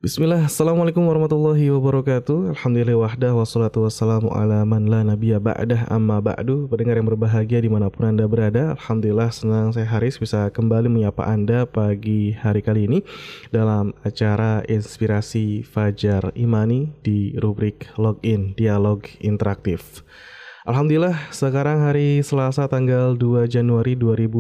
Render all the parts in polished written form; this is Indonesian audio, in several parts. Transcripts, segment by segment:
Bismillah, Assalamualaikum warahmatullahi wabarakatuh. Alhamdulillah wahdah, wassalatu wassalamu ala man la nabiyya ba'dah, amma ba'du. Pendengar yang berbahagia dimanapun Anda berada, Alhamdulillah senang saya Haris bisa kembali menyapa Anda pagi hari kali ini dalam acara Inspirasi Fajar Imani di rubrik Login Dialog Interaktif. Alhamdulillah sekarang hari Selasa tanggal 2 Januari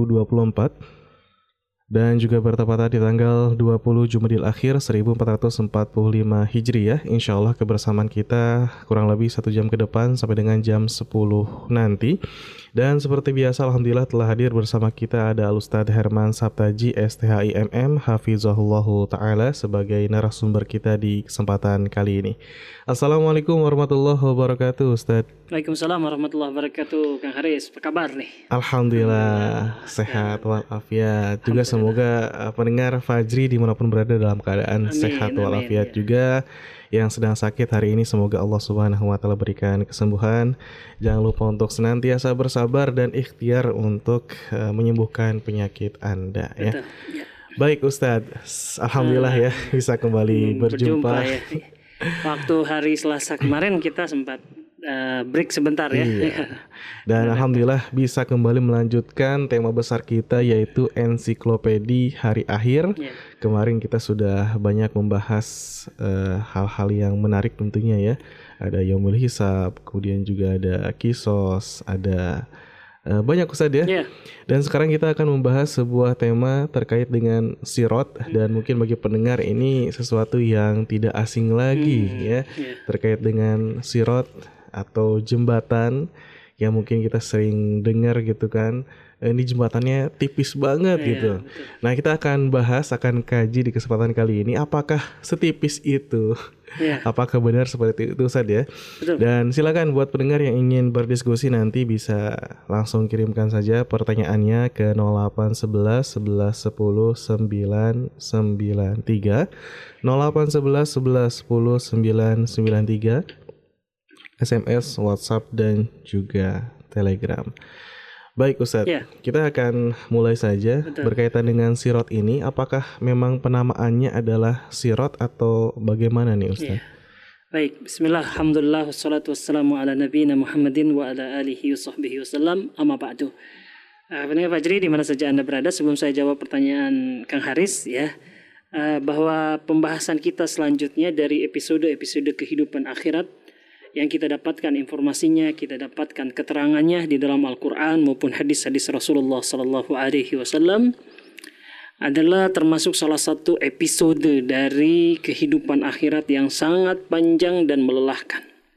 2024 dan juga bertepatan di tanggal 20 Jumadil Akhir 1445 Hijriah. Insya Allah kebersamaan kita kurang lebih 1 jam ke depan sampai dengan jam 10 nanti. Dan seperti biasa Alhamdulillah telah hadir bersama kita ada Ustadz Herman Sabtaji STHIMM Hafizahullahu Ta'ala sebagai narasumber kita di kesempatan kali ini. Assalamualaikum warahmatullahi wabarakatuh Ustadz. Waalaikumsalam warahmatullahi wabarakatuh. Kang Haris, apa kabar nih? Alhamdulillah sehat walafiat. Juga semoga pendengar Fajri dimanapun berada dalam keadaan sehat walafiat juga. Yang sedang sakit hari ini semoga Allah Subhanahu wa Ta'ala berikan kesembuhan. Jangan lupa untuk senantiasa bersabar dan ikhtiar untuk menyembuhkan penyakit Anda ya. Ya. Baik Ustadz, Alhamdulillah ya bisa kembali berjumpa ya. Waktu hari Selasa kemarin kita sempat break sebentar ya. Iya. Dan alhamdulillah bisa kembali melanjutkan tema besar kita yaitu ensiklopedi hari akhir. Yeah. Kemarin kita sudah banyak membahas hal-hal yang menarik tentunya ya. Ada Yaumul Hisab, kemudian juga ada Kisos, ada banyak Ustadz ya. Yeah. Dan sekarang kita akan membahas sebuah tema terkait dengan sirot dan mungkin bagi pendengar ini sesuatu yang tidak asing lagi ya. Yeah. Terkait dengan sirot atau jembatan yang mungkin kita sering dengar gitu kan, ini jembatannya tipis banget gitu. Betul. Nah kita akan bahas, akan kaji di kesempatan kali ini apakah setipis itu, apakah benar seperti itu Ustaz ya. Betul. Dan silakan buat pendengar yang ingin berdiskusi nanti bisa langsung kirimkan saja pertanyaannya ke 0811 11 10 993 0811 11 10 993 SMS, WhatsApp, dan juga Telegram. Baik Ustadz, kita akan mulai saja. Betul. Berkaitan dengan sirot ini. Apakah memang penamaannya adalah sirot atau bagaimana nih Ustadz? Baik, bismillah, alhamdulillah, wassalatu wassalamu ala nabiyina Muhammadin wa ala alihi wa sahbihi wasallam, amma ba'du. Pendengar Fajri, di mana saja Anda berada, sebelum saya jawab pertanyaan Kang Haris ya, bahwa pembahasan kita selanjutnya dari episode-episode kehidupan akhirat yang kita dapatkan informasinya, kita dapatkan keterangannya di dalam Al-Quran maupun hadis-hadis Rasulullah Sallallahu Alaihi Wasallam adalah termasuk salah satu episode dari kehidupan akhirat yang sangat panjang dan melelahkan,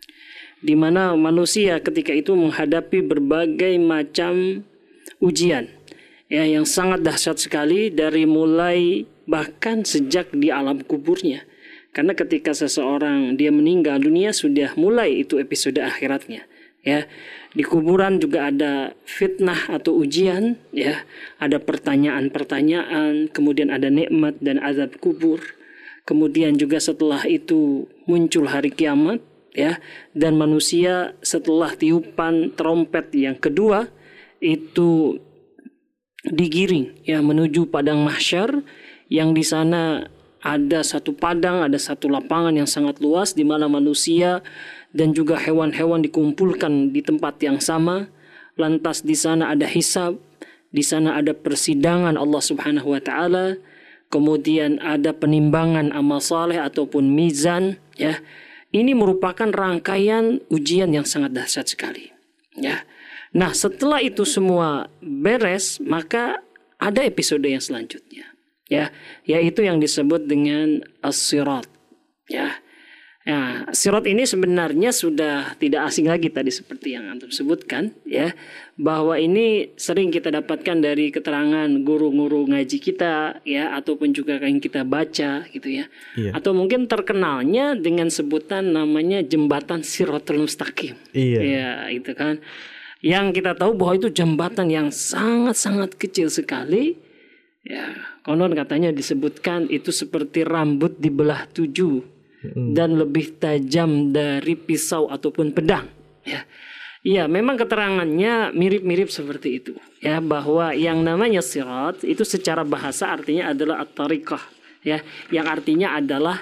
di mana manusia ketika itu menghadapi berbagai macam ujian ya yang sangat dahsyat sekali dari mulai bahkan sejak di alam kuburnya. Karena ketika seseorang dia meninggal dunia sudah mulai itu episode akhiratnya ya. Di kuburan juga ada fitnah atau ujian ya, ada pertanyaan-pertanyaan, kemudian ada nikmat dan azab kubur. Kemudian juga setelah itu muncul hari kiamat ya, dan manusia setelah tiupan trompet yang kedua itu digiring ya menuju padang mahsyar yang di sana ada satu padang, ada satu lapangan yang sangat luas di mana manusia dan juga hewan-hewan dikumpulkan di tempat yang sama. Lantas di sana ada hisab, di sana ada persidangan Allah Subhanahu wa Ta'ala, kemudian ada penimbangan amal saleh ataupun mizan ya. Ini merupakan rangkaian ujian yang sangat dahsyat sekali ya. Nah, setelah itu semua beres, maka ada episode yang selanjutnya. Ya, yaitu yang disebut dengan as-sirat. Ya, sirat ini sebenarnya sudah tidak asing lagi tadi seperti yang antum sebutkan, ya, bahwa ini sering kita dapatkan dari keterangan guru-guru ngaji kita, ya, ataupun juga yang kita baca, gitu ya. Iya. Atau mungkin terkenalnya dengan sebutan namanya jembatan Siratul Mustaqim. Iya. Ya, itu kan. Yang kita tahu bahwa itu jembatan yang sangat-sangat kecil sekali. Ya, konon katanya disebutkan itu seperti rambut dibelah 7 dan lebih tajam dari pisau ataupun pedang. Ya, iya, memang keterangannya mirip-mirip seperti itu. Ya, bahwa yang namanya sirat itu secara bahasa artinya adalah at-tariqah. Ya, yang artinya adalah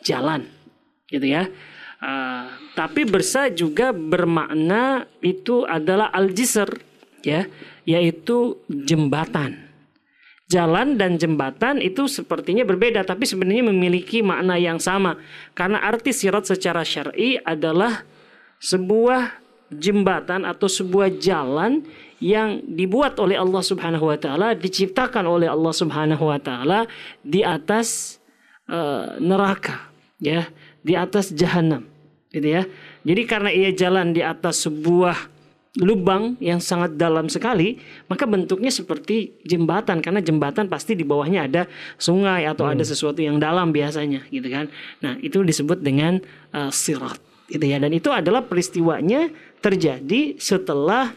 jalan, gitu ya. Tapi bersa juga bermakna itu adalah al-jisr, ya, yaitu jembatan. Jalan dan jembatan itu sepertinya berbeda, tapi sebenarnya memiliki makna yang sama. Karena arti sirat secara syar'i adalah sebuah jembatan atau sebuah jalan yang dibuat oleh Allah Subhanahu wa taala, diciptakan oleh Allah Subhanahu wa taala di atas neraka, ya, di atas jahanam, gitu ya. Jadi karena ia jalan di atas sebuah lubang yang sangat dalam sekali, maka bentuknya seperti jembatan, karena jembatan pasti di bawahnya ada sungai atau ada sesuatu yang dalam biasanya, gitu kan. Nah, itu disebut dengan sirat, gitu ya. Dan itu adalah peristiwanya terjadi setelah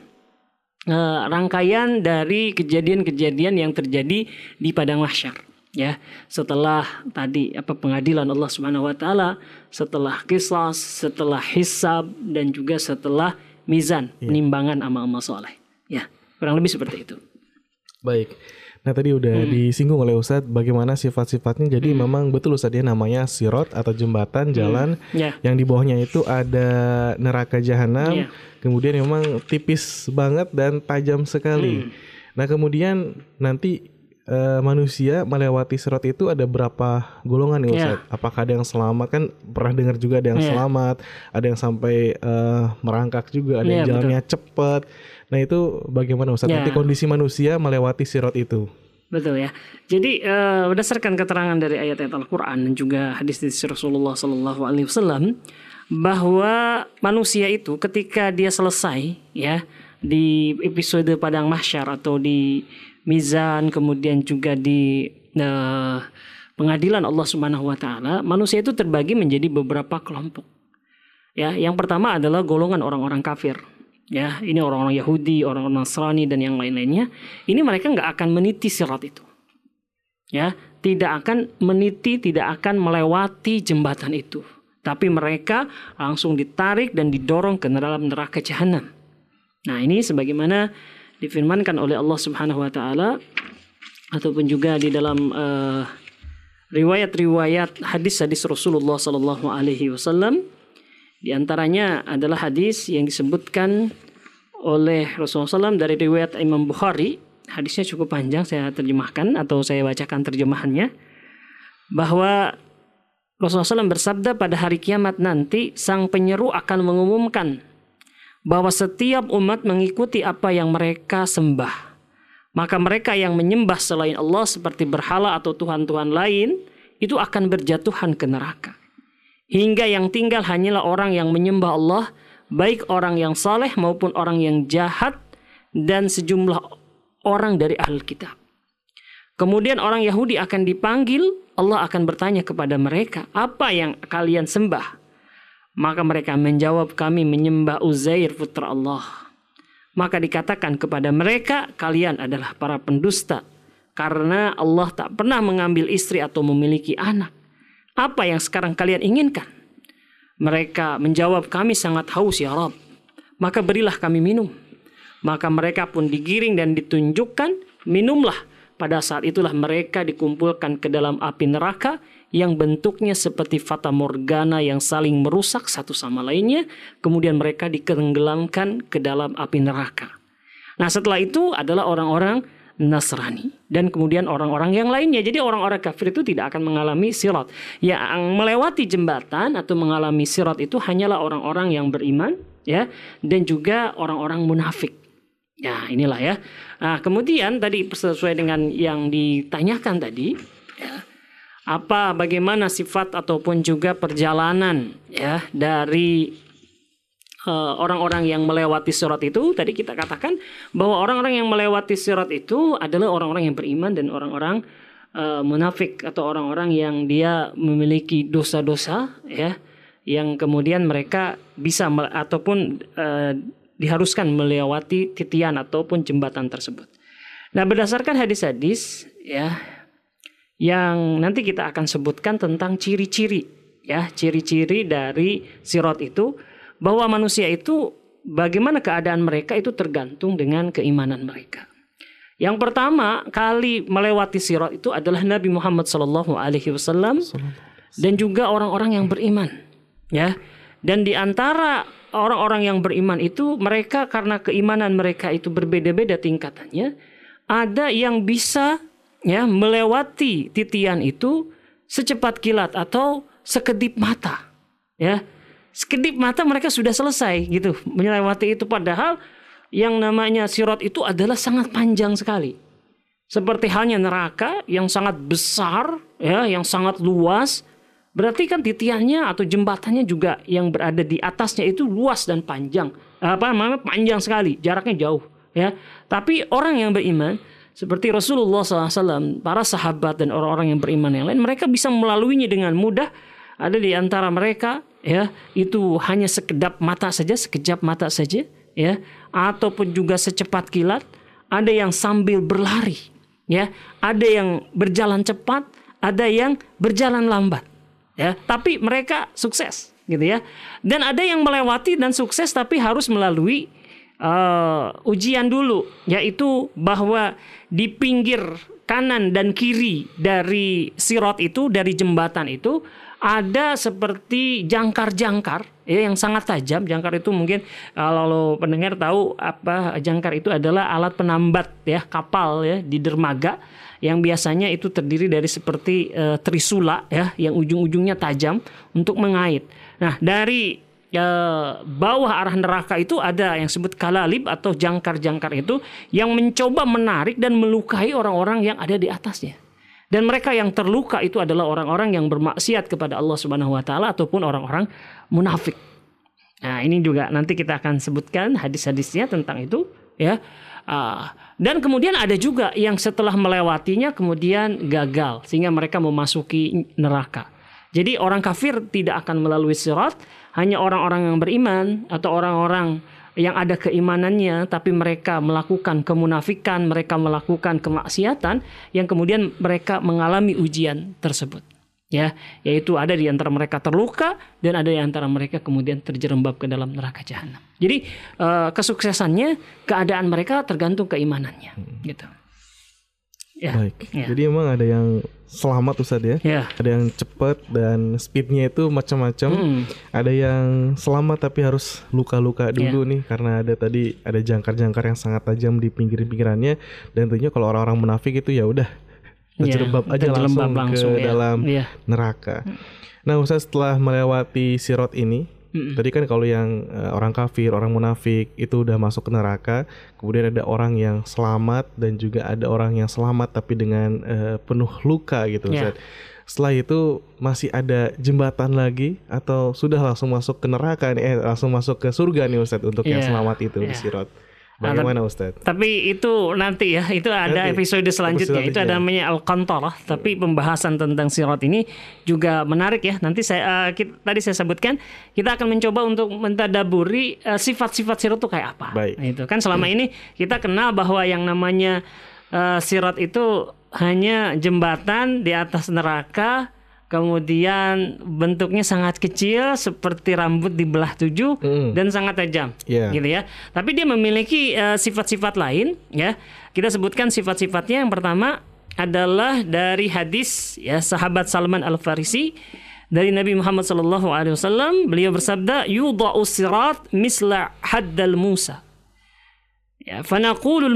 rangkaian dari kejadian-kejadian yang terjadi di padang mahsyar, ya. Setelah tadi pengadilan Allah Subhanahu wa taala, setelah qisas, setelah hisab, dan juga setelah mizan, penimbangan amal-amal soleh. Ya, kurang lebih seperti itu. Baik. Nah, tadi udah disinggung oleh Ustadz bagaimana sifat-sifatnya. Jadi memang betul Ustadz, ya, namanya sirat atau jembatan jalan yang di bawahnya itu ada neraka jahanam. Kemudian memang tipis banget dan tajam sekali. Nah, kemudian nanti manusia melewati sirat itu ada berapa golongan nih Ustadz? Apakah ada yang selamat? Kan pernah dengar juga ada yang selamat, ada yang sampai merangkak juga, ada yang jalannya cepat. Nah, itu bagaimana Ustadz? Nanti kondisi manusia melewati sirat itu. Betul, ya. Jadi berdasarkan keterangan dari ayat-ayat Al-Quran dan juga hadis Rasulullah SAW, bahwa manusia itu ketika dia selesai, ya, di episode padang mahsyar atau di mizan, kemudian juga di pengadilan Allah Subhanahu wa taala, manusia itu terbagi menjadi beberapa kelompok. Ya, yang pertama adalah golongan orang-orang kafir. Ya, ini orang-orang Yahudi, orang-orang Nasrani dan yang lain-lainnya. Ini mereka nggak akan meniti sirat itu. Ya, tidak akan meniti, tidak akan melewati jembatan itu. Tapi mereka langsung ditarik dan didorong ke dalam neraka jahanam. Nah, ini sebagaimana difirmankan oleh Allah Subhanahu wa taala ataupun juga di dalam riwayat-riwayat hadis-hadis Rasulullah sallallahu alaihi wasallam. Di antaranya adalah hadis yang disebutkan oleh Rasulullah SAW dari riwayat Imam Bukhari. Hadisnya cukup panjang, saya terjemahkan atau saya bacakan terjemahannya. Bahwa Rasulullah SAW bersabda, pada hari kiamat nanti sang penyeru akan mengumumkan bahwa setiap umat mengikuti apa yang mereka sembah. Maka mereka yang menyembah selain Allah seperti berhala atau tuhan-tuhan lain itu akan berjatuhan ke neraka. Hingga yang tinggal hanyalah orang yang menyembah Allah, baik orang yang saleh maupun orang yang jahat, dan sejumlah orang dari ahli kitab. Kemudian orang Yahudi akan dipanggil, Allah akan bertanya kepada mereka, apa yang kalian sembah? Maka mereka menjawab, kami menyembah Uzair putra Allah. Maka dikatakan kepada mereka, kalian adalah para pendusta, karena Allah tak pernah mengambil istri atau memiliki anak. Apa yang sekarang kalian inginkan? Mereka menjawab, kami sangat haus ya Rabb, maka berilah kami minum. Maka mereka pun digiring dan ditunjukkan, minumlah. Pada saat itulah mereka dikumpulkan ke dalam api neraka yang bentuknya seperti fata morgana yang saling merusak satu sama lainnya. Kemudian mereka ditenggelamkan ke dalam api neraka. Nah, setelah itu adalah orang-orang Nasrani dan kemudian orang-orang yang lainnya. Jadi orang-orang kafir itu tidak akan mengalami sirat. Yang melewati jembatan atau mengalami sirat itu hanyalah orang-orang yang beriman, ya, dan juga orang-orang munafik. Ya, inilah ya. Nah, kemudian tadi sesuai dengan yang ditanyakan tadi, ya, bagaimana sifat ataupun juga perjalanan, ya, dari orang-orang yang melewati sirat itu. Tadi kita katakan bahwa orang-orang yang melewati sirat itu adalah orang-orang yang beriman dan orang-orang munafik atau orang-orang yang dia memiliki dosa-dosa, ya, yang kemudian mereka bisa ataupun diharuskan melewati titian ataupun jembatan tersebut. Nah, berdasarkan hadis-hadis, ya, yang nanti kita akan sebutkan tentang ciri-ciri, ya, ciri-ciri dari sirat itu, bahwa manusia itu bagaimana keadaan mereka itu tergantung dengan keimanan mereka. Yang pertama kali melewati sirat itu adalah Nabi Muhammad SAW dan juga orang-orang yang beriman, ya. Dan di antara orang-orang yang beriman itu, mereka karena keimanan mereka itu berbeda-beda tingkatannya, ada yang bisa ya melewati titian itu secepat kilat atau sekedip mata, ya. Sekedip mata mereka sudah selesai gitu melewati itu, padahal yang namanya sirat itu adalah sangat panjang sekali. Seperti halnya neraka yang sangat besar, ya, yang sangat luas. Berarti kan titiannya atau jembatannya juga yang berada di atasnya itu luas dan panjang. Panjang sekali, jaraknya jauh, ya. Tapi orang yang beriman seperti Rasulullah SAW, para sahabat dan orang-orang yang beriman yang lain, mereka bisa melaluinya dengan mudah. Ada di antara mereka, ya, itu hanya sekejap mata saja, ya, ataupun juga secepat kilat. Ada yang sambil berlari, ya, ada yang berjalan cepat, ada yang berjalan lambat, ya, tapi mereka sukses, gitu ya. Dan ada yang melewati dan sukses, tapi harus melalui ujian dulu, yaitu bahwa di pinggir kanan dan kiri dari sirat itu, dari jembatan itu, ada seperti jangkar-jangkar, ya, yang sangat tajam. Jangkar itu mungkin kalau pendengar tahu apa jangkar itu adalah alat penambat, ya, kapal, ya, di dermaga yang biasanya itu terdiri dari seperti trisula, ya, yang ujung-ujungnya tajam untuk mengait. Nah, dari bawah arah neraka itu ada yang disebut kalalib atau jangkar-jangkar itu yang mencoba menarik dan melukai orang-orang yang ada di atasnya. Dan mereka yang terluka itu adalah orang-orang yang bermaksiat kepada Allah Subhanahu wa taala ataupun orang-orang munafik. Nah, ini juga nanti kita akan sebutkan hadis-hadisnya tentang itu, ya. Dan kemudian ada juga yang setelah melewatinya kemudian gagal sehingga mereka memasuki neraka. Jadi orang kafir tidak akan melalui sirat, hanya orang-orang yang beriman atau orang-orang yang ada keimanannya tapi mereka melakukan kemunafikan, mereka melakukan kemaksiatan yang kemudian mereka mengalami ujian tersebut, ya, yaitu ada di antara mereka terluka dan ada di antara mereka kemudian terjerembab ke dalam neraka jahanam. Jadi kesuksesannya, keadaan mereka tergantung keimanannya, gitu. Ya, baik. ya. Jadi emang ada yang selamat Ustaz, ya. Ada yang cepat dan speednya itu macam-macam. Ada yang selamat tapi harus luka-luka dulu nih karena ada jangkar-jangkar yang sangat tajam di pinggir-pinggirannya, dan tentunya kalau orang-orang munafik itu ya udah terjerembab aja langsung ke dalam neraka. Nah, Ustaz, setelah melewati sirat ini, tadi kan kalau yang orang kafir, orang munafik itu udah masuk ke neraka, kemudian ada orang yang selamat dan juga ada orang yang selamat tapi dengan penuh luka gitu, Ustaz. Setelah itu masih ada jembatan lagi atau sudah langsung masuk ke neraka nih, langsung masuk ke surga nih Ustaz untuk yang selamat itu di sirat? Bagaimana Ustaz? Tapi itu nanti ya, itu ada episode selanjutnya. Itu ada namanya Al-Qantarah. Tapi pembahasan tentang sirat ini juga menarik ya. Nanti tadi saya sebutkan, kita akan mencoba untuk mentadaburi sifat-sifat sirat itu kayak apa. Nah, itu kan selama ini kita kenal bahwa yang namanya sirat itu hanya jembatan di atas neraka. Kemudian bentuknya sangat kecil seperti rambut dibelah 7 dan sangat tajam, gitu ya. Tapi dia memiliki sifat-sifat lain, ya. Kita sebutkan sifat-sifatnya. Yang pertama adalah dari hadis, ya, sahabat Salman Al-Farisi dari Nabi Muhammad SAW. Beliau bersabda, "Yudha'u sirat misla haddal Musa." Ya, fataqulul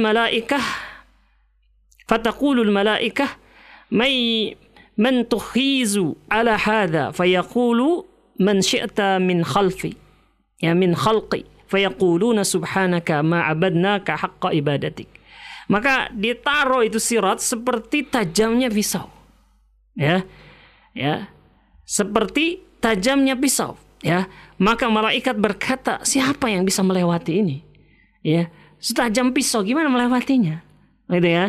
malaikah man tukhizu ala hadha fayaqulu man syi'ta min khalfi, ya, min khalqi, fayaquluna subhanaka ma abadnaka haqqa ibadatik. Maka ditaruh itu sirat seperti tajamnya pisau, ya, seperti tajamnya pisau, ya. Maka malaikat berkata, siapa yang bisa melewati ini, ya, setajam pisau, gimana melewatinya, gitu ya.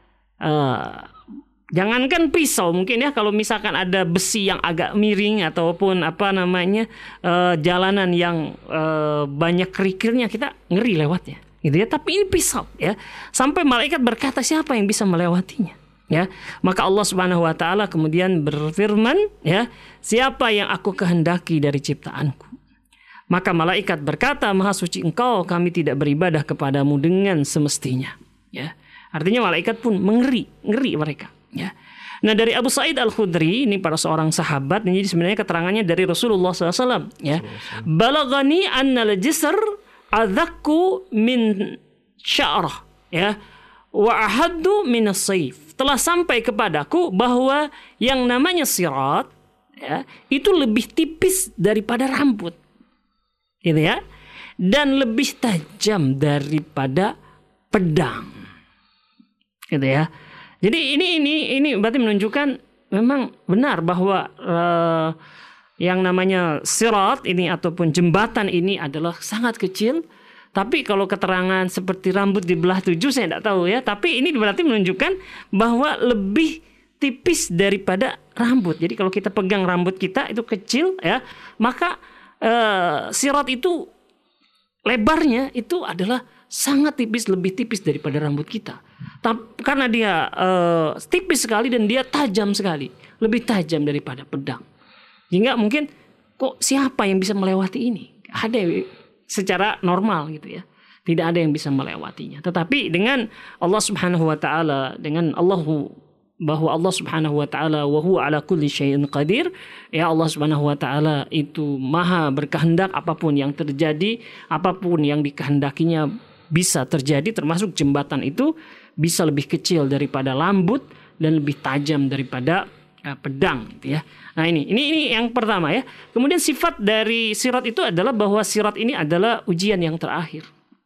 Jangankan pisau, mungkin ya kalau misalkan ada besi yang agak miring ataupun jalanan yang banyak kerikilnya, kita ngeri lewatnya, gitu ya. Tapi ini pisau, ya. Sampai malaikat berkata, siapa yang bisa melewatinya, ya. Maka Allah Subhanahu wa taala kemudian berfirman, ya, siapa yang aku kehendaki dari ciptaanku. Maka malaikat berkata, maha suci engkau, kami tidak beribadah kepadamu dengan semestinya, ya. Artinya malaikat pun ngeri mereka, ya. Nah, dari Abu Sa'id Al-Khudri, ini para seorang sahabat, ini sebenarnya keterangannya dari Rasulullah SAW. Ya, balagani annal jisr adzakku min sya'rah, ya, wa ahaddu min as-sayf. Telah sampai kepadaku bahwa yang namanya sirat, ya, itu lebih tipis daripada rambut, gitu ya, dan lebih tajam daripada pedang, gitu ya. Jadi ini berarti menunjukkan memang benar bahwa yang namanya sirat ini ataupun jembatan ini adalah sangat kecil. Tapi kalau keterangan seperti rambut dibelah 7 saya tidak tahu ya. Tapi ini berarti menunjukkan bahwa lebih tipis daripada rambut. Jadi kalau kita pegang rambut kita itu kecil ya, maka sirat itu lebarnya itu adalah sangat tipis, lebih tipis daripada rambut kita. Karena dia tipis sekali dan dia tajam sekali, lebih tajam daripada pedang. Hingga mungkin kok siapa yang bisa melewati ini? Ada secara normal gitu ya. Tidak ada yang bisa melewatinya. Tetapi dengan Allah Subhanahu wa taala, dengan bahwa Allah Subhanahu wa taala wa huwa ala kulli syai'in qadir, ya Allah Subhanahu wa taala itu maha berkehendak, apapun yang terjadi, apapun yang dikehendakinya bisa terjadi, termasuk jembatan itu bisa lebih kecil daripada rambut dan lebih tajam daripada pedang gitu ya. Nah, ini yang pertama ya. Kemudian sifat dari sirat itu adalah bahwa sirat ini adalah ujian yang terakhir.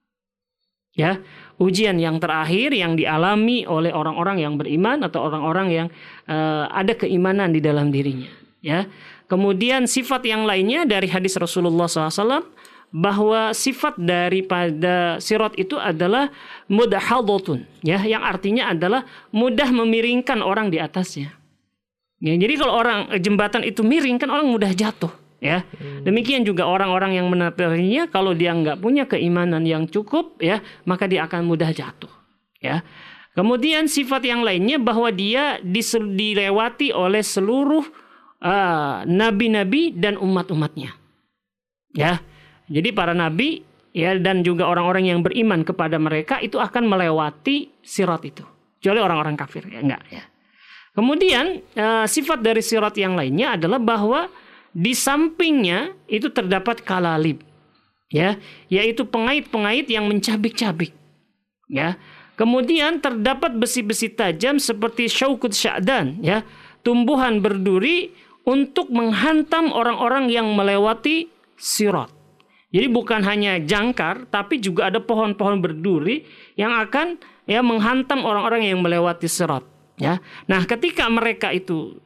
Ya, ujian yang terakhir yang dialami oleh orang-orang yang beriman atau orang-orang yang ada keimanan di dalam dirinya, ya. Kemudian sifat yang lainnya dari hadis Rasulullah SAW bahwa sifat daripada sirat itu adalah mudahadhatun, ya, yang artinya adalah mudah memiringkan orang di atasnya. Ya, jadi kalau orang jembatan itu miring kan orang mudah jatuh, ya. Demikian juga orang-orang yang menatarinya, kalau dia nggak punya keimanan yang cukup, ya, maka dia akan mudah jatuh, ya. Kemudian sifat yang lainnya bahwa dia dilewati oleh seluruh nabi-nabi dan umat-umatnya, ya. Jadi para nabi, ya, dan juga orang-orang yang beriman kepada mereka itu akan melewati sirat itu, kecuali orang-orang kafir, ya, enggak, ya. Kemudian sifat dari sirat yang lainnya adalah bahwa di sampingnya itu terdapat kalalib, ya, yaitu pengait-pengait yang mencabik-cabik, ya. Kemudian terdapat besi-besi tajam seperti syaukut sya'dan, ya, tumbuhan berduri untuk menghantam orang-orang yang melewati sirat. Jadi bukan hanya jangkar, tapi juga ada pohon-pohon berduri yang akan, ya, menghantam orang-orang yang melewati sirat. Ya, nah ketika mereka itu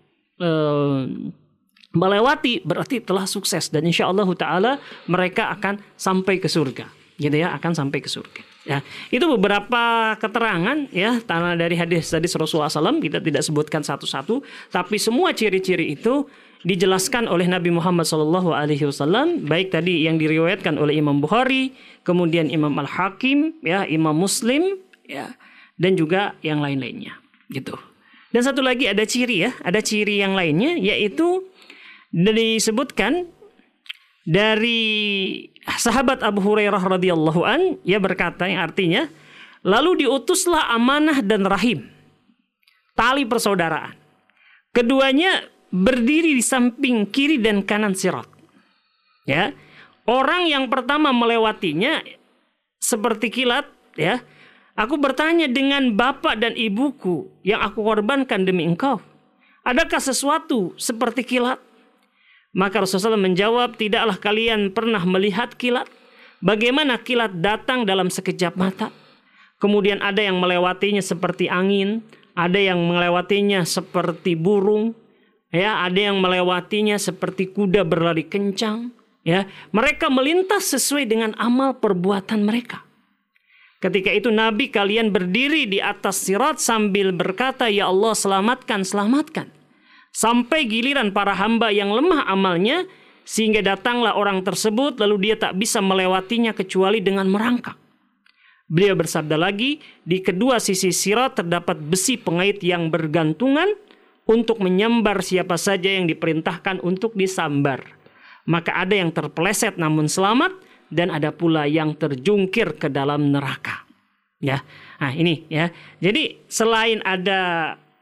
melewati berarti telah sukses dan insya Allah Taala mereka akan sampai ke surga, gitu ya, akan sampai ke surga. Ya, itu beberapa keterangan ya tanah dari hadis Rasulullah SAW, kita tidak sebutkan satu-satu, tapi semua ciri-ciri itu dijelaskan oleh Nabi Muhammad SAW, baik tadi yang diriwayatkan oleh Imam Bukhari, kemudian Imam Al-Hakim, ya, Imam Muslim, ya, dan juga yang lain-lainnya. Gitu. Dan satu lagi ada ciri, ya, ada ciri yang lainnya, yaitu disebutkan dari sahabat Abu Hurairah radhiyallahu an, ia berkata yang artinya, lalu diutuslah amanah dan rahim, tali persaudaraan. Keduanya berdiri di samping kiri dan kanan sirat. Ya, orang yang pertama melewatinya seperti kilat, ya. Aku bertanya, dengan bapak dan ibuku yang aku korbankan demi engkau, adakah sesuatu seperti kilat? Maka Rasulullah menjawab, tidaklah kalian pernah melihat kilat? Bagaimana kilat datang dalam sekejap mata? Kemudian ada yang melewatinya seperti angin, ada yang melewatinya seperti burung, ya, ada yang melewatinya seperti kuda berlari kencang, ya. Mereka melintas sesuai dengan amal perbuatan mereka. Ketika itu Nabi kalian berdiri di atas sirat sambil berkata, ya Allah, selamatkan, selamatkan. Sampai giliran para hamba yang lemah amalnya, sehingga datanglah orang tersebut, lalu dia tak bisa melewatinya kecuali dengan merangkak. Beliau bersabda lagi, di kedua sisi sirat terdapat besi pengait yang bergantungan untuk menyambar siapa saja yang diperintahkan untuk disambar. Maka ada yang terpeleset namun selamat, dan ada pula yang terjungkir ke dalam neraka. Ya, nah ini, ya. Jadi selain ada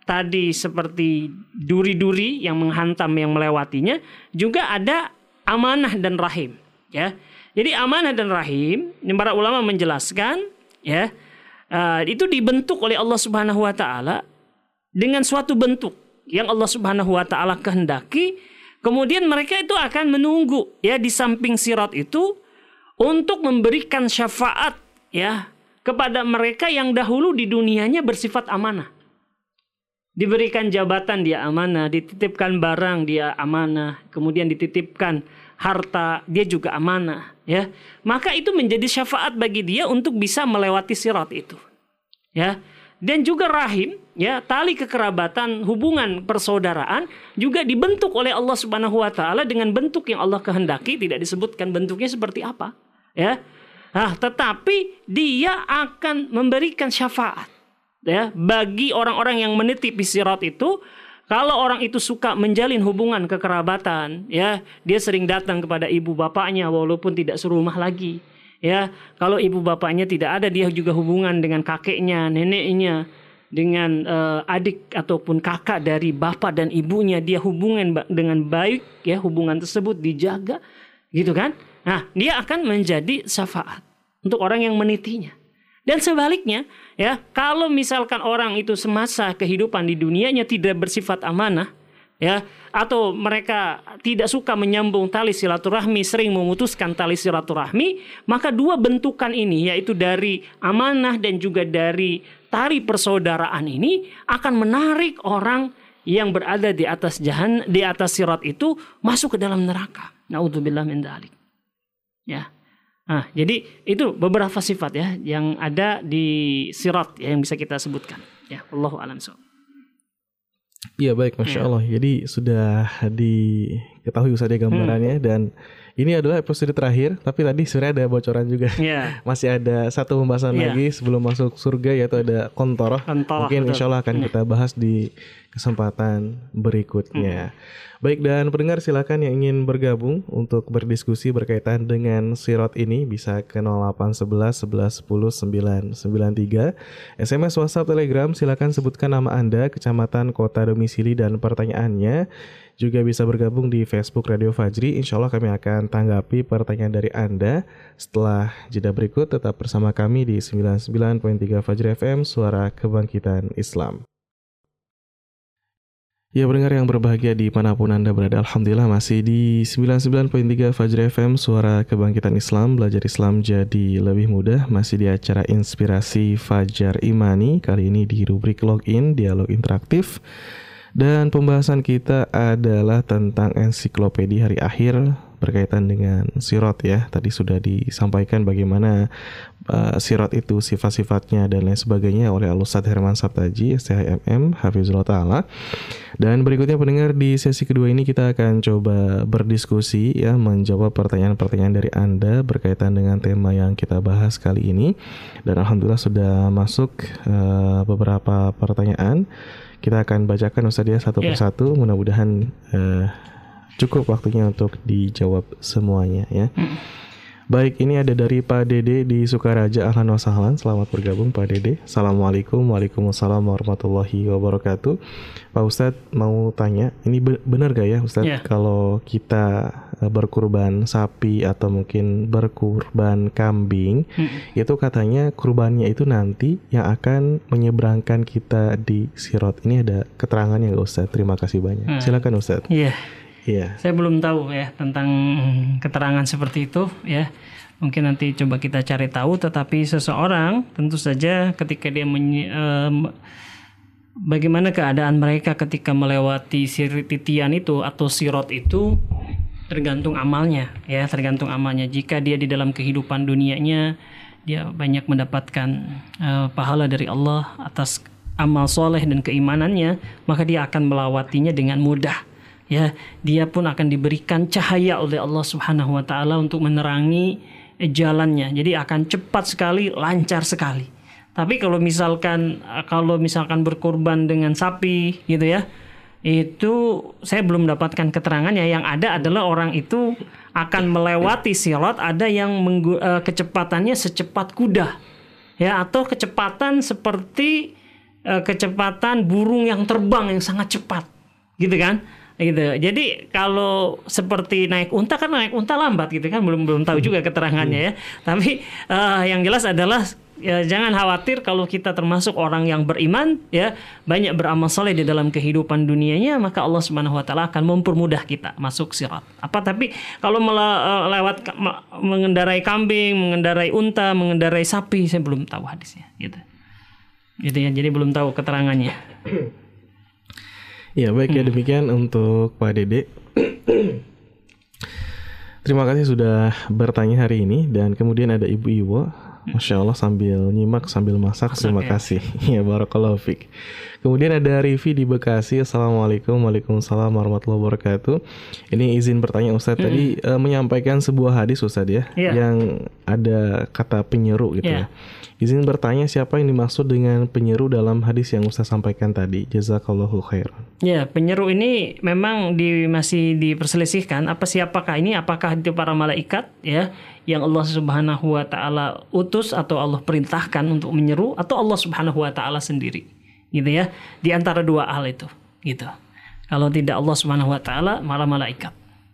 tadi seperti duri-duri yang menghantam yang melewatinya, juga ada amanah dan rahim, ya. Jadi amanah dan rahim, para ulama menjelaskan, ya, itu dibentuk oleh Allah Subhanahu wa taala dengan suatu bentuk yang Allah Subhanahu wa taala kehendaki. Kemudian mereka itu akan menunggu, ya, di samping sirat itu untuk memberikan syafaat, ya, kepada mereka yang dahulu di dunianya bersifat amanah. Diberikan jabatan dia amanah, dititipkan barang dia amanah, kemudian dititipkan harta dia juga amanah, ya. Maka itu menjadi syafaat bagi dia untuk bisa melewati sirat itu, ya. Dan juga rahim, ya, tali kekerabatan, hubungan persaudaraan juga dibentuk oleh Allah Subhanahu wa taala dengan bentuk yang Allah kehendaki, tidak disebutkan bentuknya seperti apa, ya. Nah, tetapi dia akan memberikan syafaat, ya, bagi orang-orang yang menitipi sirat itu. Kalau orang itu suka menjalin hubungan kekerabatan, ya, dia sering datang kepada ibu bapaknya walaupun tidak serumah lagi. Ya, kalau ibu bapaknya tidak ada, dia juga hubungan dengan kakeknya, neneknya, dengan adik ataupun kakak dari bapak dan ibunya, dia hubungan dengan baik, ya, hubungan tersebut dijaga, gitu kan? Nah, dia akan menjadi syafaat untuk orang yang menitinya. Dan sebaliknya, ya, kalau misalkan orang itu semasa kehidupan di dunianya tidak bersifat amanah, ya, atau mereka tidak suka menyambung tali silaturahmi, sering memutuskan tali silaturahmi, maka dua bentukan ini, yaitu dari amanah dan juga dari tali persaudaraan ini, akan menarik orang yang berada di atas sirat itu masuk ke dalam neraka. Naudzubillah min dzalik. Ya. Nah, jadi itu beberapa sifat, ya, yang ada di sirat, ya, yang bisa kita sebutkan. Ya, Allahu a'lam bishawab. Iya, baik, Masya Allah. Jadi sudah diketahui Ustaz ya gambarannya, dan ini adalah episode terakhir, tapi tadi sebenarnya ada bocoran juga. Masih ada satu pembahasan lagi sebelum masuk surga, yaitu ada kontoroh. Mungkin insya Allah akan kita bahas di kesempatan berikutnya. Baik, dan pendengar silakan yang ingin bergabung untuk berdiskusi berkaitan dengan sirat ini bisa ke 0811 11 10 993. SMS, WhatsApp, Telegram silakan sebutkan nama Anda, kecamatan, kota, domisili, dan pertanyaannya. Juga bisa bergabung di Facebook Radio Fajri. Insya Allah kami akan tanggapi pertanyaan dari Anda setelah jeda berikut. Tetap bersama kami di 99.3 Fajri FM, Suara Kebangkitan Islam. Ya, pendengar yang berbahagia dimanapun Anda berada, Alhamdulillah masih di 99.3 Fajri FM, Suara Kebangkitan Islam. Belajar Islam jadi lebih mudah. Masih di acara Inspirasi Fajar Imani. Kali ini di rubrik Login, Dialog Interaktif. Dan pembahasan kita adalah tentang ensiklopedia hari akhir berkaitan dengan sirat, ya. Tadi sudah disampaikan bagaimana sirat itu sifat-sifatnya dan lain sebagainya oleh Al-Ustadz Herman Sabtaji, STHMM, Hafizullah Ta'ala. Dan berikutnya pendengar, di sesi kedua ini kita akan coba berdiskusi, ya, menjawab pertanyaan-pertanyaan dari Anda berkaitan dengan tema yang kita bahas kali ini. Dan Alhamdulillah sudah masuk beberapa pertanyaan. Kita akan bacakan Ustaz ya satu persatu. Mudah-mudahan cukup waktunya untuk dijawab semuanya, ya. Baik, ini ada dari Pak Dede di Sukaraja. Ahlan wa sahlan, selamat bergabung Pak Dede. Assalamualaikum. Waalaikumsalam warahmatullahi wabarakatuh. Pak Ustadz mau tanya, ini benar gak ya Ustadz, kalau kita berkurban sapi atau mungkin berkurban kambing, itu katanya kurbannya itu nanti yang akan menyeberangkan kita di sirat. Ini ada keterangannya gak Ustadz? Terima kasih banyak. Silakan Ustadz. Iya. Saya belum tahu, ya, tentang keterangan seperti itu, ya. Mungkin nanti coba kita cari tahu. Tetapi seseorang tentu saja ketika dia bagaimana keadaan mereka ketika melewati titian itu atau sirat itu, tergantung amalnya, ya, tergantung amalnya. Jika dia di dalam kehidupan dunianya dia banyak mendapatkan pahala dari Allah atas amal soleh dan keimanannya, maka dia akan melewatinya dengan mudah. Ya, dia pun akan diberikan cahaya oleh Allah Subhanahu wa taala untuk menerangi jalannya. Jadi akan cepat sekali, lancar sekali. Tapi kalau misalkan berkorban dengan sapi gitu, ya, itu saya belum dapatkan keterangannya. Yang ada adalah orang itu akan melewati sirat, ada yang kecepatannya secepat kuda, ya, atau kecepatan seperti kecepatan burung yang terbang yang sangat cepat, gitu kan? Gitu. Jadi kalau seperti naik unta kan naik unta lambat gitu kan, belum tahu juga keterangannya ya. Tapi yang jelas adalah ya, jangan khawatir kalau kita termasuk orang yang beriman ya, banyak beramal soleh di dalam kehidupan dunianya, maka Allah Subhanahu wa taala akan mempermudah kita masuk sirat. Tapi kalau lewat mengendarai kambing, mengendarai unta, mengendarai sapi, saya belum tahu hadisnya gitu. Gitu ya. Jadi belum tahu keterangannya. Ya baik ya, demikian untuk Pak Dede. Terima kasih sudah bertanya hari ini. Dan kemudian ada Ibu Iwo, Masya Allah sambil nyimak sambil masak. Terima kasih ya, barakallahu fiik. Kemudian ada Rivi di Bekasi. Assalamualaikum. Waalaikumsalam warahmatullahi wabarakatuh. Ini izin bertanya Ustadz, tadi menyampaikan sebuah hadis Ustadz ya, yang ada kata penyeru gitu ya. Izin bertanya, siapa yang dimaksud dengan penyeru dalam hadis yang Ustaz sampaikan tadi? Jazakallahu khairan. Ya, penyeru ini memang masih diperselisihkan. Siapakah ini? Apakah itu para malaikat ya, yang Allah Subhanahu wa taala utus atau Allah perintahkan untuk menyeru, atau Allah Subhanahu wa taala sendiri? Gitu ya. Di antara dua hal itu, gitu. Kalau tidak Allah Subhanahu wa taala, malah malaikat.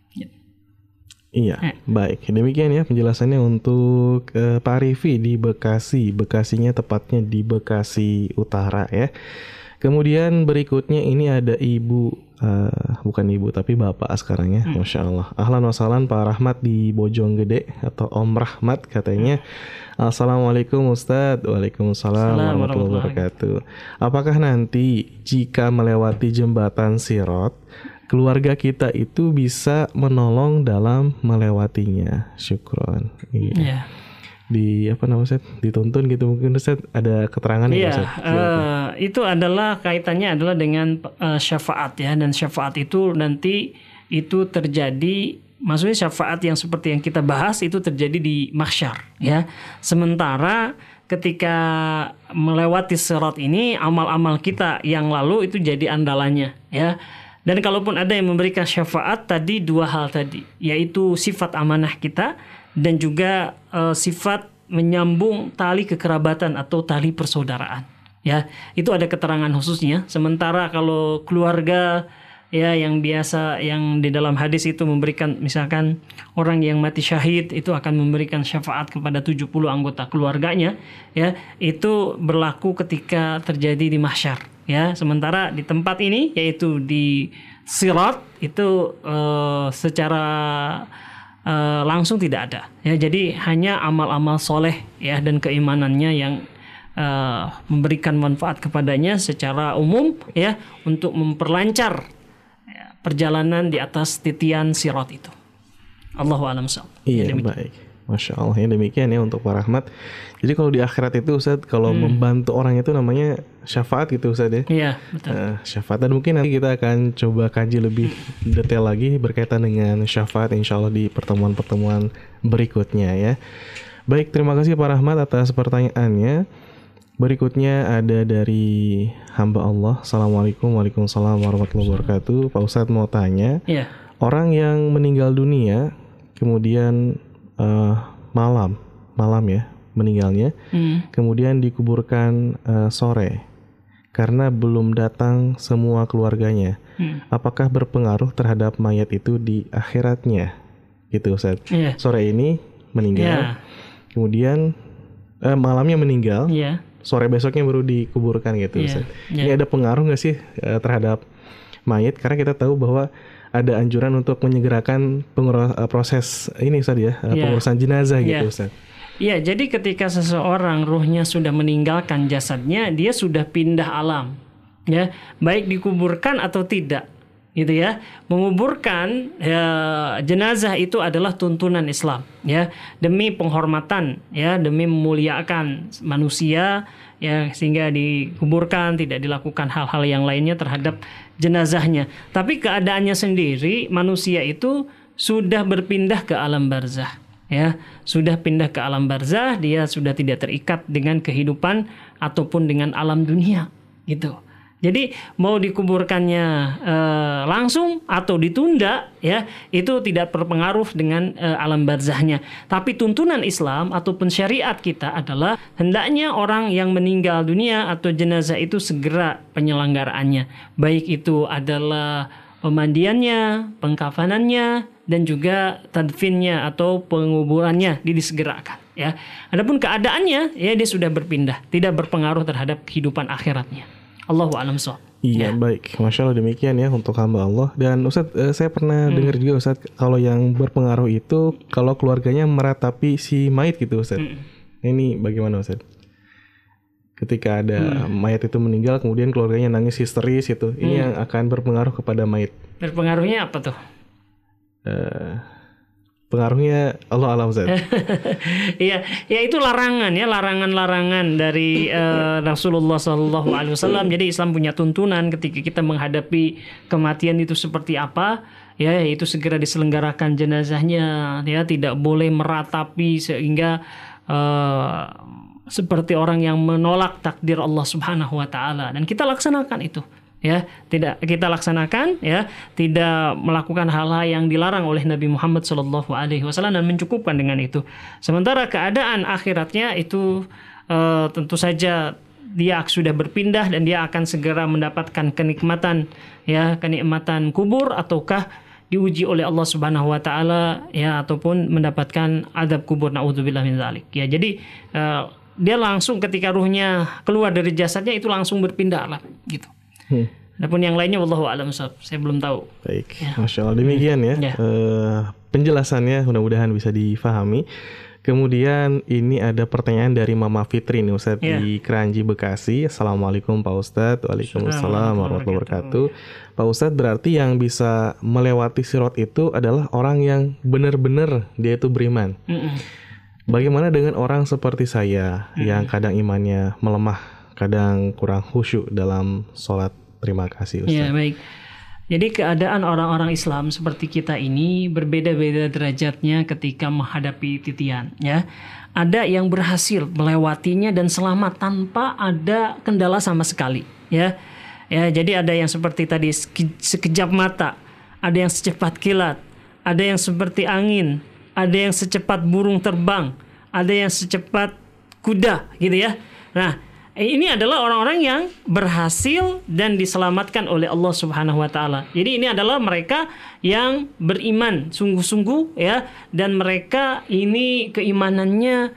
Iya, baik. Demikian ya penjelasannya untuk Pak Rifi di Bekasi. Bekasinya tepatnya di Bekasi Utara ya. Kemudian berikutnya ini ada Ibu, bukan Ibu tapi Bapak sekarang ya. Masya Allah. Ahlan wa sahlan Pak Rahmat di Bojonggede atau Om Rahmat katanya. Assalamualaikum Ustadz. Waalaikumsalam warahmatullahi wabarakatuh. Apakah nanti jika melewati jembatan Sirat, keluarga kita itu bisa menolong dalam melewatinya? Syukron. Iya. Di apa namanya Ustaz? Dituntun gitu mungkin Ustaz, ada keterangan ya Ustaz? Itu adalah kaitannya adalah dengan syafaat ya, dan syafaat itu nanti itu terjadi, maksudnya syafaat yang seperti yang kita bahas itu terjadi di mahsyar ya. Sementara ketika melewati sirat ini, amal-amal kita yang lalu itu jadi andalannya ya. Dan kalaupun ada yang memberikan syafaat tadi, dua hal tadi, yaitu sifat amanah kita dan juga sifat menyambung tali kekerabatan atau tali persaudaraan. Ya, itu ada keterangan khususnya. Sementara kalau keluarga ya yang biasa yang di dalam hadis itu memberikan, misalkan orang yang mati syahid itu akan memberikan syafaat kepada 70 anggota keluarganya, ya, itu berlaku ketika terjadi di mahsyar. Ya, sementara di tempat ini yaitu di sirat itu secara langsung tidak ada. Ya, jadi hanya amal-amal soleh ya dan keimanannya yang memberikan manfaat kepadanya secara umum ya untuk memperlancar ya, perjalanan di atas titian sirat itu. Allahu a'lam bishawab. Iya, baik. Masya Allah ya, demikian ya untuk Pak Rahmat. Jadi kalau di akhirat itu Ustaz, kalau membantu orang itu namanya syafaat gitu Ustaz ya. Iya, betul. Syafaat, dan mungkin nanti kita akan coba kaji lebih detail lagi berkaitan dengan syafaat insya Allah di pertemuan-pertemuan berikutnya ya. Baik, terima kasih Pak Rahmat atas pertanyaannya. Berikutnya ada dari hamba Allah. Assalamualaikum. Waalaikumsalam warahmatullahi wabarakatuh. Pak Ustadz mau tanya, orang yang meninggal dunia kemudian malam ya meninggalnya, kemudian dikuburkan sore karena belum datang semua keluarganya, apakah berpengaruh terhadap mayat itu di akhiratnya gitu Ustaz? Sore ini meninggal, kemudian malamnya meninggal, sore besoknya baru dikuburkan gitu Ustaz. Ini ada pengaruh nggak sih terhadap mayat? Karena kita tahu bahwa ada anjuran untuk menyegerakan proses ini Ustaz ya, pengurusan jenazah gitu Ustaz. Iya, jadi ketika seseorang ruhnya sudah meninggalkan jasadnya, dia sudah pindah alam. Ya, baik dikuburkan atau tidak. Gitu ya. Menguburkan jenazah itu adalah tuntunan Islam ya, demi penghormatan ya, demi memuliakan manusia ya, sehingga dikuburkan, tidak dilakukan hal-hal yang lainnya terhadap jenazahnya. Tapi keadaannya sendiri, manusia itu sudah berpindah ke alam barzah ya, sudah pindah ke alam barzah, dia sudah tidak terikat dengan kehidupan ataupun dengan alam dunia gitu. Jadi mau dikuburkannya langsung atau ditunda, ya itu tidak berpengaruh dengan alam barzahnya. Tapi tuntunan Islam ataupun syariat kita adalah hendaknya orang yang meninggal dunia atau jenazah itu segera penyelenggaraannya. Baik itu adalah pemandiannya, pengkafanannya, dan juga tadfinnya atau penguburannya disegerakan. Ya, adapun keadaannya, ya dia sudah berpindah, tidak berpengaruh terhadap kehidupan akhiratnya. Allahu a'lam shawab. Iya, baik. Masya Allah, demikian ya untuk hamba Allah. Dan Ustadz, saya pernah dengar juga Ustadz, kalau yang berpengaruh itu kalau keluarganya meratapi si mayit gitu Ustadz. Ini bagaimana Ustadz? Ketika ada mayat itu meninggal, kemudian keluarganya nangis histeris itu, ini yang akan berpengaruh kepada mayit. Berpengaruhnya apa tuh? Pengaruhnya Allah alam Ustaz. Iya, ya itu larangan ya, larangan-larangan dari Rasulullah SAW. Jadi Islam punya tuntunan ketika kita menghadapi kematian itu seperti apa, ya itu segera diselenggarakan jenazahnya, ya tidak boleh meratapi sehingga seperti orang yang menolak takdir Allah Subhanahu wa taala, dan kita laksanakan itu. Ya, tidak kita laksanakan, ya, tidak melakukan hal-hal yang dilarang oleh Nabi Muhammad SAW dan mencukupkan dengan itu. Sementara keadaan akhiratnya itu tentu saja dia sudah berpindah dan dia akan segera mendapatkan kenikmatan, ya, kenikmatan kubur ataukah diuji oleh Allah Subhanahu wa taala, ya, ataupun mendapatkan azab kubur, naudzubillah min dzalik. Ya, jadi dia langsung ketika ruhnya keluar dari jasadnya itu langsung berpindah lah gitu. Adapun yang lainnya wallahu a'lam, saya belum tahu. Baik, ya. Masya Allah, demikian ya, penjelasannya mudah-mudahan bisa difahami. Kemudian ini ada pertanyaan dari Mama Fitri nih Ustadz, di Keranji, Bekasi. Assalamualaikum Pak Ustadz. Waalaikumsalam warahmatullahi wabarakatuh. Pak Ustadz, berarti yang bisa melewati sirat itu adalah orang yang benar-benar dia itu beriman. Bagaimana dengan orang seperti saya yang kadang imannya melemah, kadang kurang khusyuk dalam sholat? Terima kasih Ustaz. Ya, baik. Jadi keadaan orang-orang Islam seperti kita ini berbeda-beda derajatnya ketika menghadapi titian, ya. Ada yang berhasil melewatinya dan selamat tanpa ada kendala sama sekali, ya. Ya, jadi ada yang seperti tadi sekejap mata, ada yang secepat kilat, ada yang seperti angin, ada yang secepat burung terbang, ada yang secepat kuda, gitu ya. Nah, ini adalah orang-orang yang berhasil dan diselamatkan oleh Allah Subhanahu wa taala. Jadi ini adalah mereka yang beriman sungguh-sungguh, ya, dan mereka ini keimanannya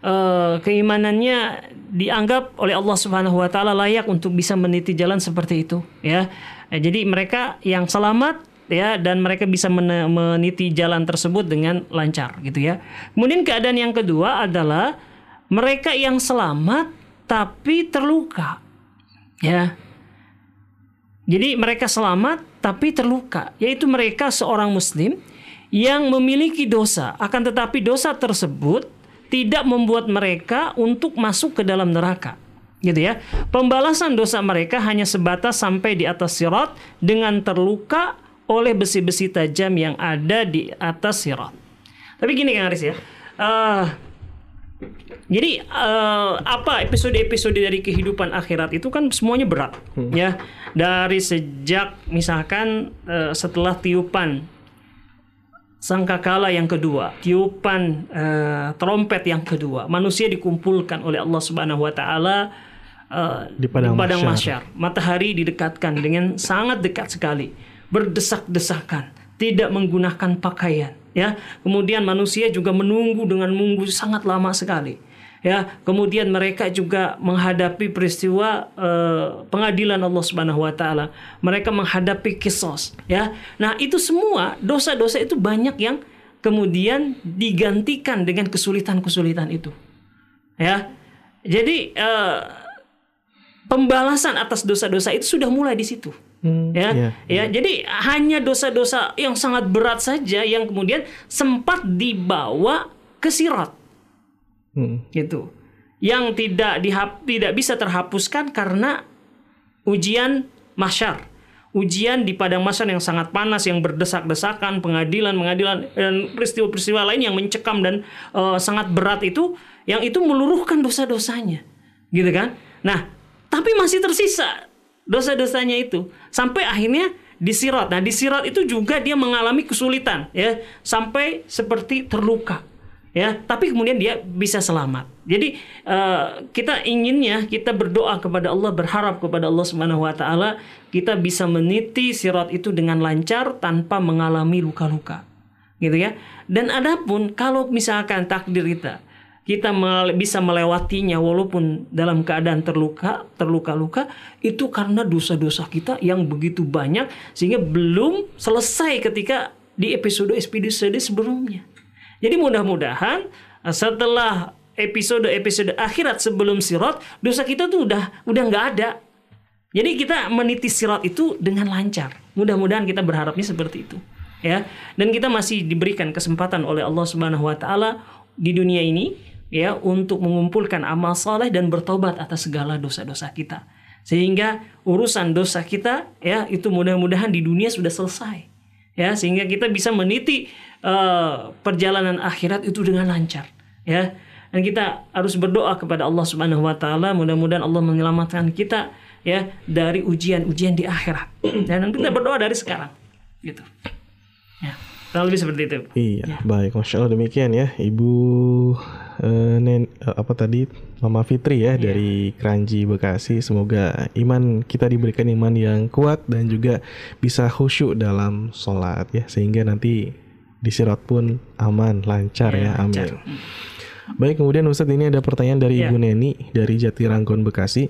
dianggap oleh Allah Subhanahu wa taala layak untuk bisa meniti jalan seperti itu, ya. Jadi mereka yang selamat, ya, dan mereka bisa meniti jalan tersebut dengan lancar, gitu ya. Kemudian keadaan yang kedua adalah mereka yang selamat tapi terluka, ya. Jadi mereka selamat tapi terluka, yaitu mereka seorang muslim yang memiliki dosa, akan tetapi dosa tersebut tidak membuat mereka untuk masuk ke dalam neraka, gitu ya. Pembalasan dosa mereka hanya sebatas sampai di atas sirat dengan terluka oleh besi-besi tajam yang ada di atas sirat. Tapi gini Kang Aris, ya, jadi apa episode-episode dari kehidupan akhirat itu kan semuanya berat, ya. Dari sejak misalkan setelah tiupan sangkakala yang kedua, tiupan trompet yang kedua, manusia dikumpulkan oleh Allah Subhanahu wa taala di padang mahsyar. Matahari didekatkan dengan sangat dekat sekali, berdesak-desakan, tidak menggunakan pakaian, ya. Kemudian manusia juga menunggu dengan sangat lama sekali, ya. Kemudian mereka juga menghadapi peristiwa pengadilan Allah Subhanahu wa taala. Mereka menghadapi kisos, ya. Nah, itu semua dosa-dosa itu banyak yang kemudian digantikan dengan kesulitan-kesulitan itu, ya. Jadi pembalasan atas dosa-dosa itu sudah mulai di situ. Jadi hanya dosa-dosa yang sangat berat saja yang kemudian sempat dibawa ke sirat, gitu, yang tidak bisa terhapuskan karena ujian mahsyar, ujian di padang mahsyar yang sangat panas, yang berdesak-desakan, pengadilan dan peristiwa-peristiwa lain yang mencekam dan sangat berat itu, yang itu meluruhkan dosa-dosanya, gitu kan. Nah, tapi masih tersisa dosa-dosanya itu sampai akhirnya di sirat. Nah, di sirat itu juga dia mengalami kesulitan ya, sampai seperti terluka. Ya, tapi kemudian dia bisa selamat. Jadi kita inginnya, kita berdoa kepada Allah, berharap kepada Allah Subhanahu wa taala kita bisa meniti sirat itu dengan lancar tanpa mengalami luka-luka. Gitu ya. Dan adapun kalau misalkan takdir kita bisa melewatinya walaupun dalam keadaan terluka-luka, itu karena dosa-dosa kita yang begitu banyak sehingga belum selesai ketika di episode sebelumnya. Jadi mudah-mudahan setelah episode akhirat sebelum sirat, dosa kita tuh udah nggak ada. Jadi kita meniti sirat itu dengan lancar. Mudah-mudahan kita berharapnya seperti itu, ya. Dan kita masih diberikan kesempatan oleh Allah Subhanahu wa taala di dunia ini, ya, untuk mengumpulkan amal saleh dan bertobat atas segala dosa-dosa kita. Sehingga urusan dosa kita, ya, itu mudah-mudahan di dunia sudah selesai. Ya, sehingga kita bisa meniti perjalanan akhirat itu dengan lancar, ya. Dan kita harus berdoa kepada Allah Subhanahu wa taala, mudah-mudahan Allah menyelamatkan kita, ya, dari ujian-ujian di akhirat. Dan kita berdoa dari sekarang, gitu. Ya, kurang lebih seperti itu. Iya, ya. Baik, Masya Allah, demikian ya Ibu Mama Fitri ya, dari Kranji, Bekasi. Semoga iman kita diberikan iman yang kuat dan juga bisa khusyuk dalam sholat ya, sehingga nanti di sirat pun aman, lancar ya. Amin. Lancar. Baik, kemudian Ustadz, ini ada pertanyaan dari Ibu Neni dari Jatiranggon, Bekasi.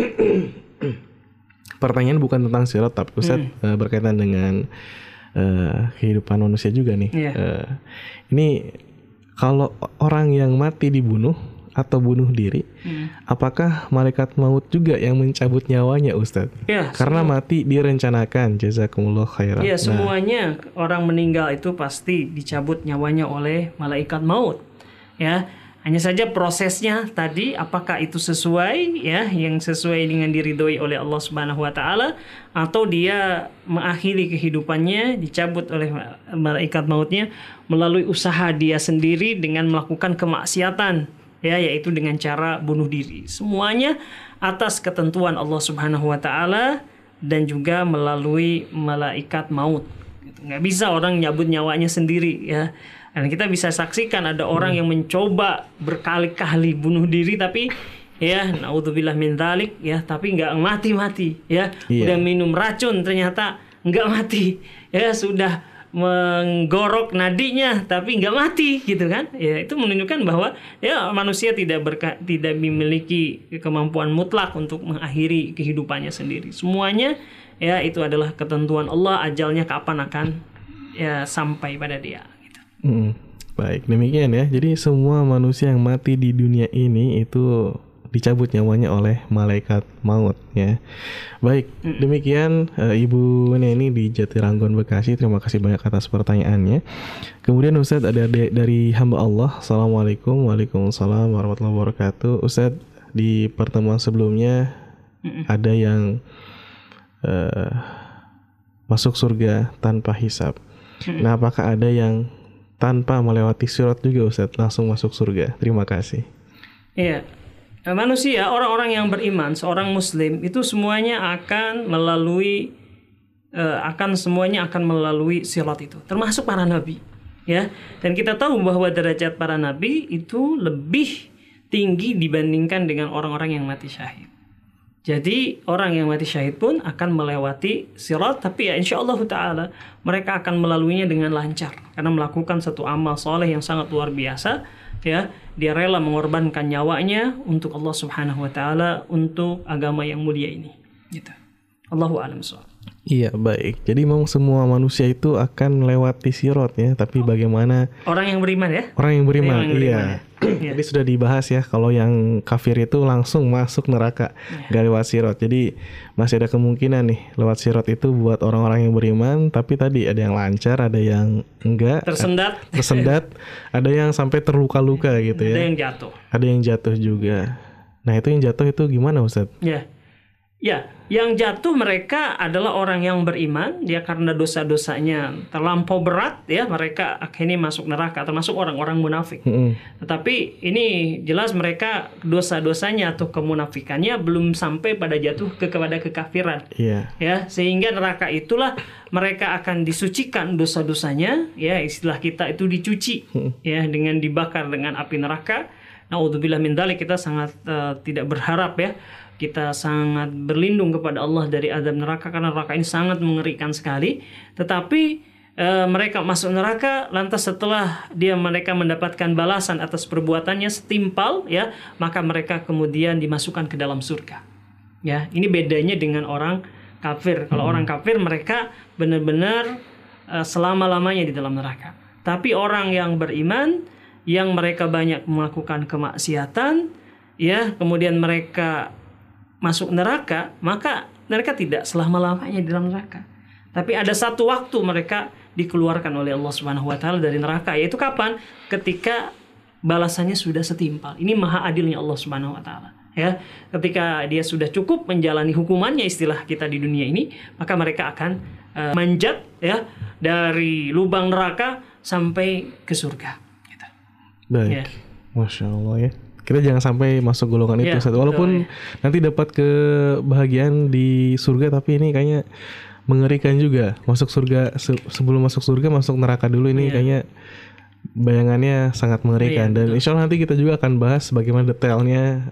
Pertanyaan bukan tentang sirat, tapi Ustadz berkaitan dengan kehidupan manusia juga nih. Ini kalau orang yang mati dibunuh atau bunuh diri, apakah malaikat maut juga yang mencabut nyawanya, Ustadz? Ya, karena mati direncanakan. Jazakumullah khairan. Ya, semuanya orang meninggal itu pasti dicabut nyawanya oleh malaikat maut. Ya, hanya saja prosesnya tadi apakah itu sesuai, ya, yang sesuai dengan diridhoi oleh Allah Subhanahu wa taala, atau dia mengakhiri kehidupannya dicabut oleh malaikat mautnya melalui usaha dia sendiri dengan melakukan kemaksiatan, ya, yaitu dengan cara bunuh diri. Semuanya atas ketentuan Allah Subhanahu wa taala dan juga melalui malaikat maut. Nggak bisa orang nyabut nyawanya sendiri, ya. Dan kita bisa saksikan ada orang yang mencoba berkali-kali bunuh diri, tapi ya, naudzubillah min dzalik, ya, tapi nggak mati-mati, ya. Udah minum racun ternyata nggak mati, ya, sudah menggorok nadinya tapi nggak mati, gitu kan. Ya, itu menunjukkan bahwa ya manusia tidak memiliki kemampuan mutlak untuk mengakhiri kehidupannya sendiri. Semuanya, ya, itu adalah ketentuan Allah, ajalnya kapan akan, ya, sampai pada dia. Baik, demikian ya. Jadi semua manusia yang mati di dunia ini itu dicabut nyawanya oleh malaikat maut, ya. Baik, demikian Ibu Neni di Jatiranggon, Bekasi. Terima kasih banyak atas pertanyaannya. Kemudian Ustadz, ada dari hamba Allah. Assalamualaikum. Waalaikumsalam warahmatullahi wabarakatuh. Ustadz, di pertemuan sebelumnya ada yang masuk surga tanpa hisab. Nah, apakah ada yang tanpa melewati sirat juga, Ustadz, langsung masuk surga? Terima kasih. Iya, manusia, orang-orang yang beriman, seorang muslim itu semuanya akan melalui sirat itu, termasuk para nabi, ya. Dan kita tahu bahwa derajat para nabi itu lebih tinggi dibandingkan dengan orang-orang yang mati syahid. Jadi orang yang mati syahid pun akan melewati sirat, tapi ya insya Allah ta'ala mereka akan melaluinya dengan lancar karena melakukan satu amal soleh yang sangat luar biasa, ya. Dia rela mengorbankan nyawanya untuk Allah Subhanahu wa ta'ala, untuk agama yang mulia ini, gitu. Allahu a'lam bishawab. Iya, baik. Jadi memang semua manusia itu akan melewati sirat, ya. Tapi bagaimana orang yang beriman, ya? Orang yang beriman, iya. Jadi sudah dibahas ya, kalau yang kafir itu langsung masuk neraka, gak lewat sirat. Jadi masih ada kemungkinan nih lewat sirat itu buat orang-orang yang beriman, tapi tadi ada yang lancar, ada yang enggak, tersendat, ada yang sampai terluka-luka gitu ya. Ada yang jatuh. Ada yang jatuh juga. Nah, itu yang jatuh itu gimana, Ustadz? Ya. Ya, yang jatuh mereka adalah orang yang beriman, dia karena dosa-dosanya terlampau berat, ya mereka akhirnya masuk neraka, termasuk orang-orang munafik. Tetapi ini jelas mereka dosa-dosanya atau kemunafikannya belum sampai pada jatuh kepada kekafiran. Ya, sehingga neraka itulah mereka akan disucikan dosa-dosanya, ya istilah kita itu dicuci, ya dengan dibakar dengan api neraka. Naudzubillah min dzalik, kita sangat tidak berharap ya. Kita sangat berlindung kepada Allah dari azab neraka karena neraka ini sangat mengerikan sekali. Tetapi mereka masuk neraka, lantas setelah mereka mendapatkan balasan atas perbuatannya setimpal, ya, maka mereka kemudian dimasukkan ke dalam surga. Ya, ini bedanya dengan orang kafir. Kalau orang kafir mereka benar-benar selama-lamanya di dalam neraka. Tapi orang yang beriman, yang mereka banyak melakukan kemaksiatan, ya, kemudian mereka masuk neraka, maka mereka tidak selama-lamanya di dalam neraka. Tapi ada satu waktu mereka dikeluarkan oleh Allah Subhanahu wa taala dari neraka, yaitu kapan? Ketika balasannya sudah setimpal. Ini maha adilnya Allah Subhanahu wa taala, ya. Ketika dia sudah cukup menjalani hukumannya, istilah kita di dunia ini, maka mereka akan manjat, ya, dari lubang neraka sampai ke surga, gitu. Baik. Ya. Masya Allah, ya. Kita jangan sampai masuk golongan itu, walaupun nanti dapat kebahagiaan di surga, tapi ini kayaknya mengerikan juga. Masuk surga, sebelum masuk surga masuk neraka dulu, ini kayaknya bayangannya sangat mengerikan. Dan insya Allah nanti kita juga akan bahas bagaimana detailnya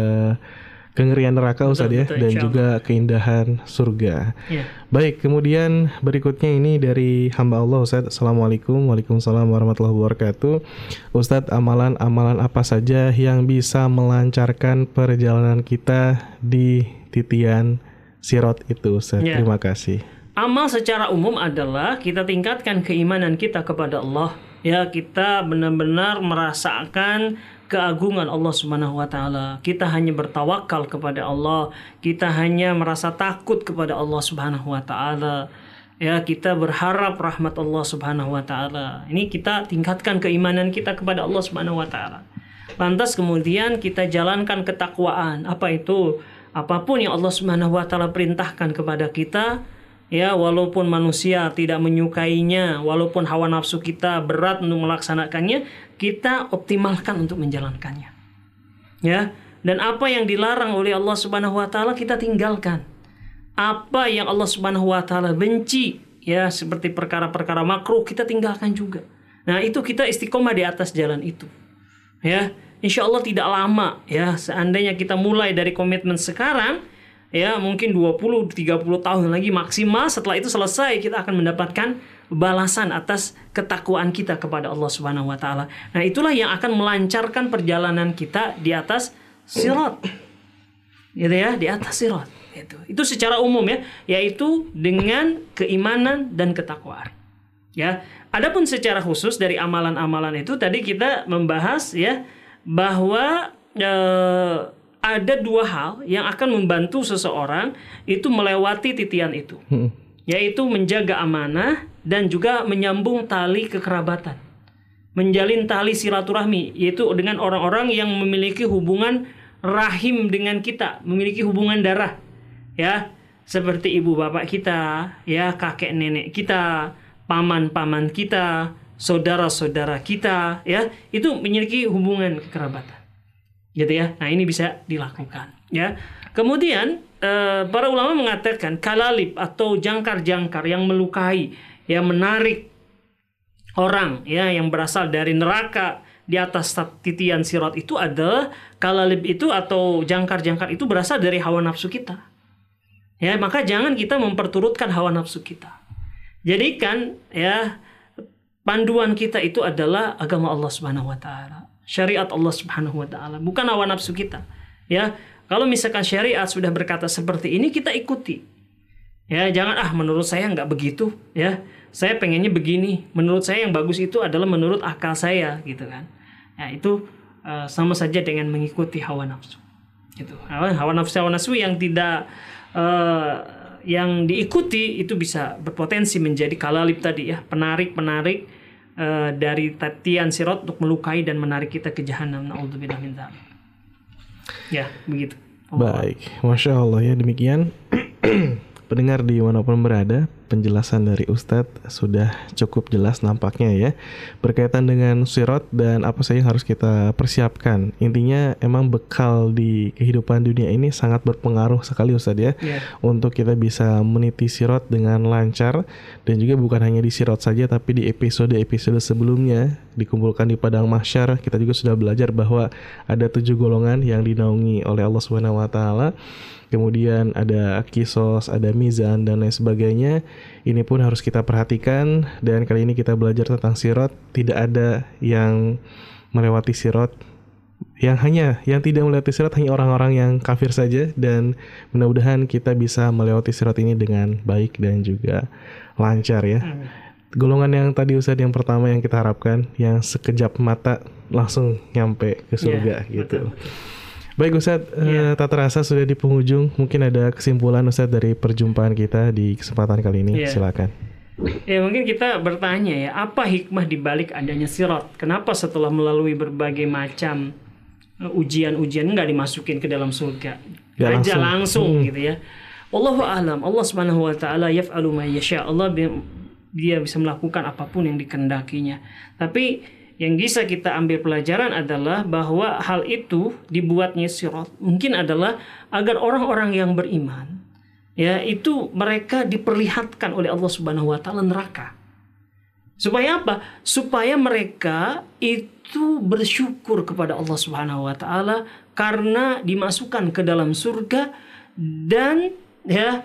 kengerian neraka, Ustaz, ya, dan juga keindahan surga. Baik, kemudian berikutnya ini dari hamba Allah, Ustaz. Assalamualaikum. Waalaikumsalam warahmatullahi wabarakatuh. Ustaz, amalan-amalan apa saja yang bisa melancarkan perjalanan kita di titian sirat itu, Ustaz? Terima kasih. Amal secara umum adalah kita tingkatkan keimanan kita kepada Allah. Ya, kita benar-benar merasakan keagungan Allah Subhanahu wa taala. Kita hanya bertawakal kepada Allah. Kita hanya merasa takut kepada Allah Subhanahu wa taala. Ya, kita berharap rahmat Allah Subhanahu wa taala. Ini kita tingkatkan keimanan kita kepada Allah Subhanahu wa taala. Lantas kemudian kita jalankan ketakwaan. Apa itu? Apapun yang Allah Subhanahu wa taala perintahkan kepada kita, ya, walaupun manusia tidak menyukainya, walaupun hawa nafsu kita berat untuk melaksanakannya, kita optimalkan untuk menjalankannya. Ya, dan apa yang dilarang oleh Allah Subhanahu wa taala kita tinggalkan. Apa yang Allah Subhanahu wa taala benci, ya, seperti perkara-perkara makruh, kita tinggalkan juga. Nah, itu kita istiqomah di atas jalan itu. Ya, insya Allah tidak lama, ya, seandainya kita mulai dari komitmen sekarang, ya, mungkin 20-30 tahun lagi maksimal. Setelah itu selesai, kita akan mendapatkan balasan atas ketakwaan kita kepada Allah Subhanahu wa taala. Nah, itulah yang akan melancarkan perjalanan kita di atas sirat. Gitu ya, di atas sirat. Itu secara umum, ya, yaitu dengan keimanan dan ketakwaan. Ya, adapun secara khusus dari amalan-amalan itu tadi kita membahas, ya, bahwa ada dua hal yang akan membantu seseorang itu melewati titian itu, yaitu menjaga amanah dan juga menyambung tali kekerabatan, menjalin tali silaturahmi, yaitu dengan orang-orang yang memiliki hubungan rahim dengan kita, memiliki hubungan darah, ya, seperti ibu bapak kita, ya, kakek nenek kita, paman-paman kita, saudara-saudara kita, ya, itu memiliki hubungan kekerabatan. Gitu ya. Nah, ini bisa dilakukan, ya. Kemudian para ulama mengatakan kalalib atau jangkar-jangkar yang melukai, yang menarik orang, ya, yang berasal dari neraka di atas titian sirat itu adalah kalalib itu atau jangkar-jangkar itu berasal dari hawa nafsu kita. Ya, maka jangan kita memperturutkan hawa nafsu kita. Jadikan, ya, panduan kita itu adalah agama Allah Subhanahu wa taala. Syariat Allah Subhanahu wa taala, bukan hawa nafsu kita. Ya, kalau misalkan syariat sudah berkata seperti ini, kita ikuti. Ya, jangan menurut saya nggak begitu, ya. Saya pengennya begini. Menurut saya yang bagus itu adalah menurut akal saya, gitu kan. Ya, itu sama saja dengan mengikuti hawa nafsu. Gitu. Hawa nafsu yang tidak yang diikuti itu bisa berpotensi menjadi kalalib tadi, ya, penarik dari tatian sirat untuk melukai dan menarik kita ke jahanam. Na'udzubillah min dzalik. Ya, begitu. Baik, Masya Allah ya, demikian pendengar dimanapun berada, penjelasan dari Ustadz sudah cukup jelas nampaknya ya, berkaitan dengan sirat dan apa saja yang harus kita persiapkan. Intinya emang bekal di kehidupan dunia ini sangat berpengaruh sekali Ustadz ya, untuk kita bisa meniti sirat dengan lancar. Dan juga bukan hanya di sirat saja, tapi di episode-episode sebelumnya dikumpulkan di padang mahsyar, kita juga sudah belajar bahwa ada 7 golongan yang dinaungi oleh Allah Subhanahu wa taala. Kemudian ada kisos, ada mizan, dan lain sebagainya. Ini pun harus kita perhatikan. Dan kali ini kita belajar tentang sirat. Tidak ada yang melewati sirat. Yang tidak melewati sirat hanya orang-orang yang kafir saja. Dan mudah-mudahan kita bisa melewati sirat ini dengan baik dan juga lancar ya. Golongan yang tadi Ustadz yang pertama yang kita harapkan, yang sekejap mata langsung nyampe ke surga gitu. Betul. Baik Ustadz, tak terasa sudah di penghujung. Mungkin ada kesimpulan Ustadz dari perjumpaan kita di kesempatan kali ini. Silakan. Ya, mungkin kita bertanya ya, apa hikmah di balik adanya sirat? Kenapa setelah melalui berbagai macam ujian-ujian nggak dimasukin ke dalam surga? Aja langsung gitu ya. Wallahu a'lam. Allah Subhanahu wa taala yaf'alu ma yasha. Allah dia bisa melakukan apapun yang dikehendakinya. Tapi yang bisa kita ambil pelajaran adalah bahwa hal itu dibuatnya sirat mungkin adalah agar orang-orang yang beriman ya itu mereka diperlihatkan oleh Allah Subhanahu wa taala neraka. Supaya apa? Supaya mereka itu bersyukur kepada Allah Subhanahu wa taala karena dimasukkan ke dalam surga dan ya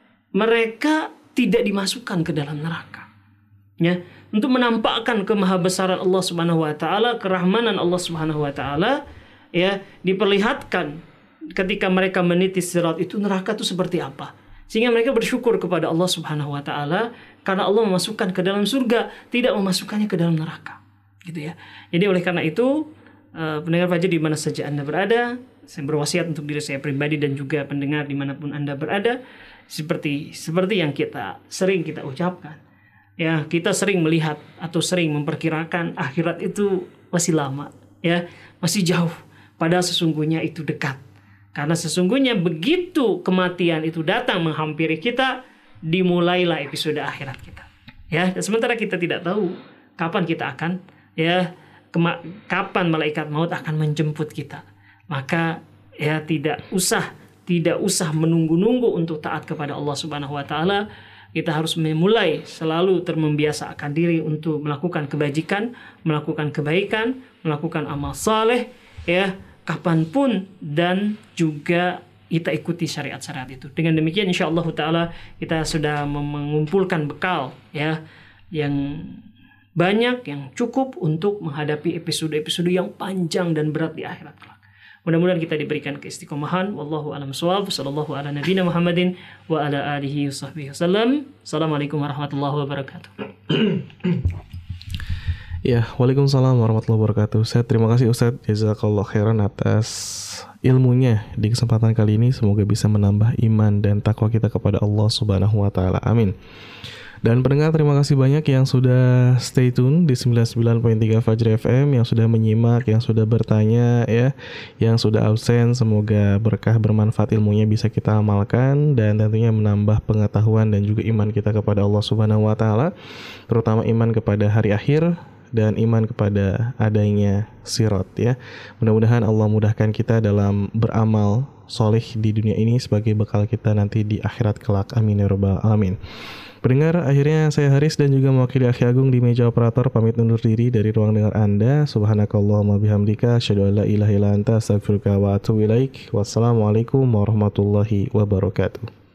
mereka tidak dimasukkan ke dalam neraka. Ya, untuk menampakkan kemahabesaran Allah Subhanahu wa taala, kerahmanan Allah Subhanahu wa taala, ya, diperlihatkan ketika mereka meniti sirat itu neraka itu seperti apa. Sehingga mereka bersyukur kepada Allah Subhanahu wa taala karena Allah memasukkan ke dalam surga, tidak memasukkannya ke dalam neraka. Gitu ya. Jadi oleh karena itu, pendengar Fajri di mana saja Anda berada, saya berwasiat untuk diri saya pribadi dan juga pendengar dimanapun Anda berada, seperti yang sering kita ucapkan. Ya, kita sering melihat atau sering memperkirakan akhirat itu masih lama, ya, masih jauh. Padahal sesungguhnya itu dekat. Karena sesungguhnya begitu kematian itu datang menghampiri kita, dimulailah episode akhirat kita. Ya, dan sementara kita tidak tahu kapan kita akan, ya, kapan malaikat maut akan menjemput kita. Maka ya tidak usah menunggu-nunggu untuk taat kepada Allah Subhanahu wa taala. Kita harus memulai selalu membiasakan diri untuk melakukan kebajikan, melakukan kebaikan, melakukan amal saleh ya kapanpun dan juga kita ikuti syariat-syariat itu. Dengan demikian insyaallah taala kita sudah mengumpulkan bekal ya yang banyak, yang cukup untuk menghadapi episode-episode yang panjang dan berat di akhirat kelak. Mudah-mudahan kita diberikan keistiqomahan. Wallahu a'lam bishawab. Sallallahu ala nabiyina Muhammadin wa ala alihi washabbihi wasallam. Assalamualaikum warahmatullahi wabarakatuh. Ya, waalaikumsalam warahmatullahi wabarakatuh. Saya terima kasih Ustadz, jazakallahu khairan atas ilmunya di kesempatan kali ini. Semoga bisa menambah iman dan takwa kita kepada Allah Subhanahu wa taala. Amin. Dan pendengar, terima kasih banyak yang sudah stay tune di 99.3 Fajri FM, yang sudah menyimak, yang sudah bertanya ya, yang sudah absen. Semoga berkah bermanfaat ilmunya bisa kita amalkan dan tentunya menambah pengetahuan dan juga iman kita kepada Allah Subhanahu wa taala, terutama iman kepada hari akhir dan iman kepada adanya sirat ya. Mudah-mudahan Allah mudahkan kita dalam beramal soleh di dunia ini sebagai bekal kita nanti di akhirat kelak. Amin ya rabbal alamin. Pendengar, akhirnya saya Haris dan juga mewakili Akhi Agung di meja operator pamit undur diri dari ruang dengar Anda. Subhanakallahumma bihamdika asyhadu an la ilaha illa anta astaghfiruka wa atubu ilaik. Wassalamualaikum warahmatullahi wabarakatuh.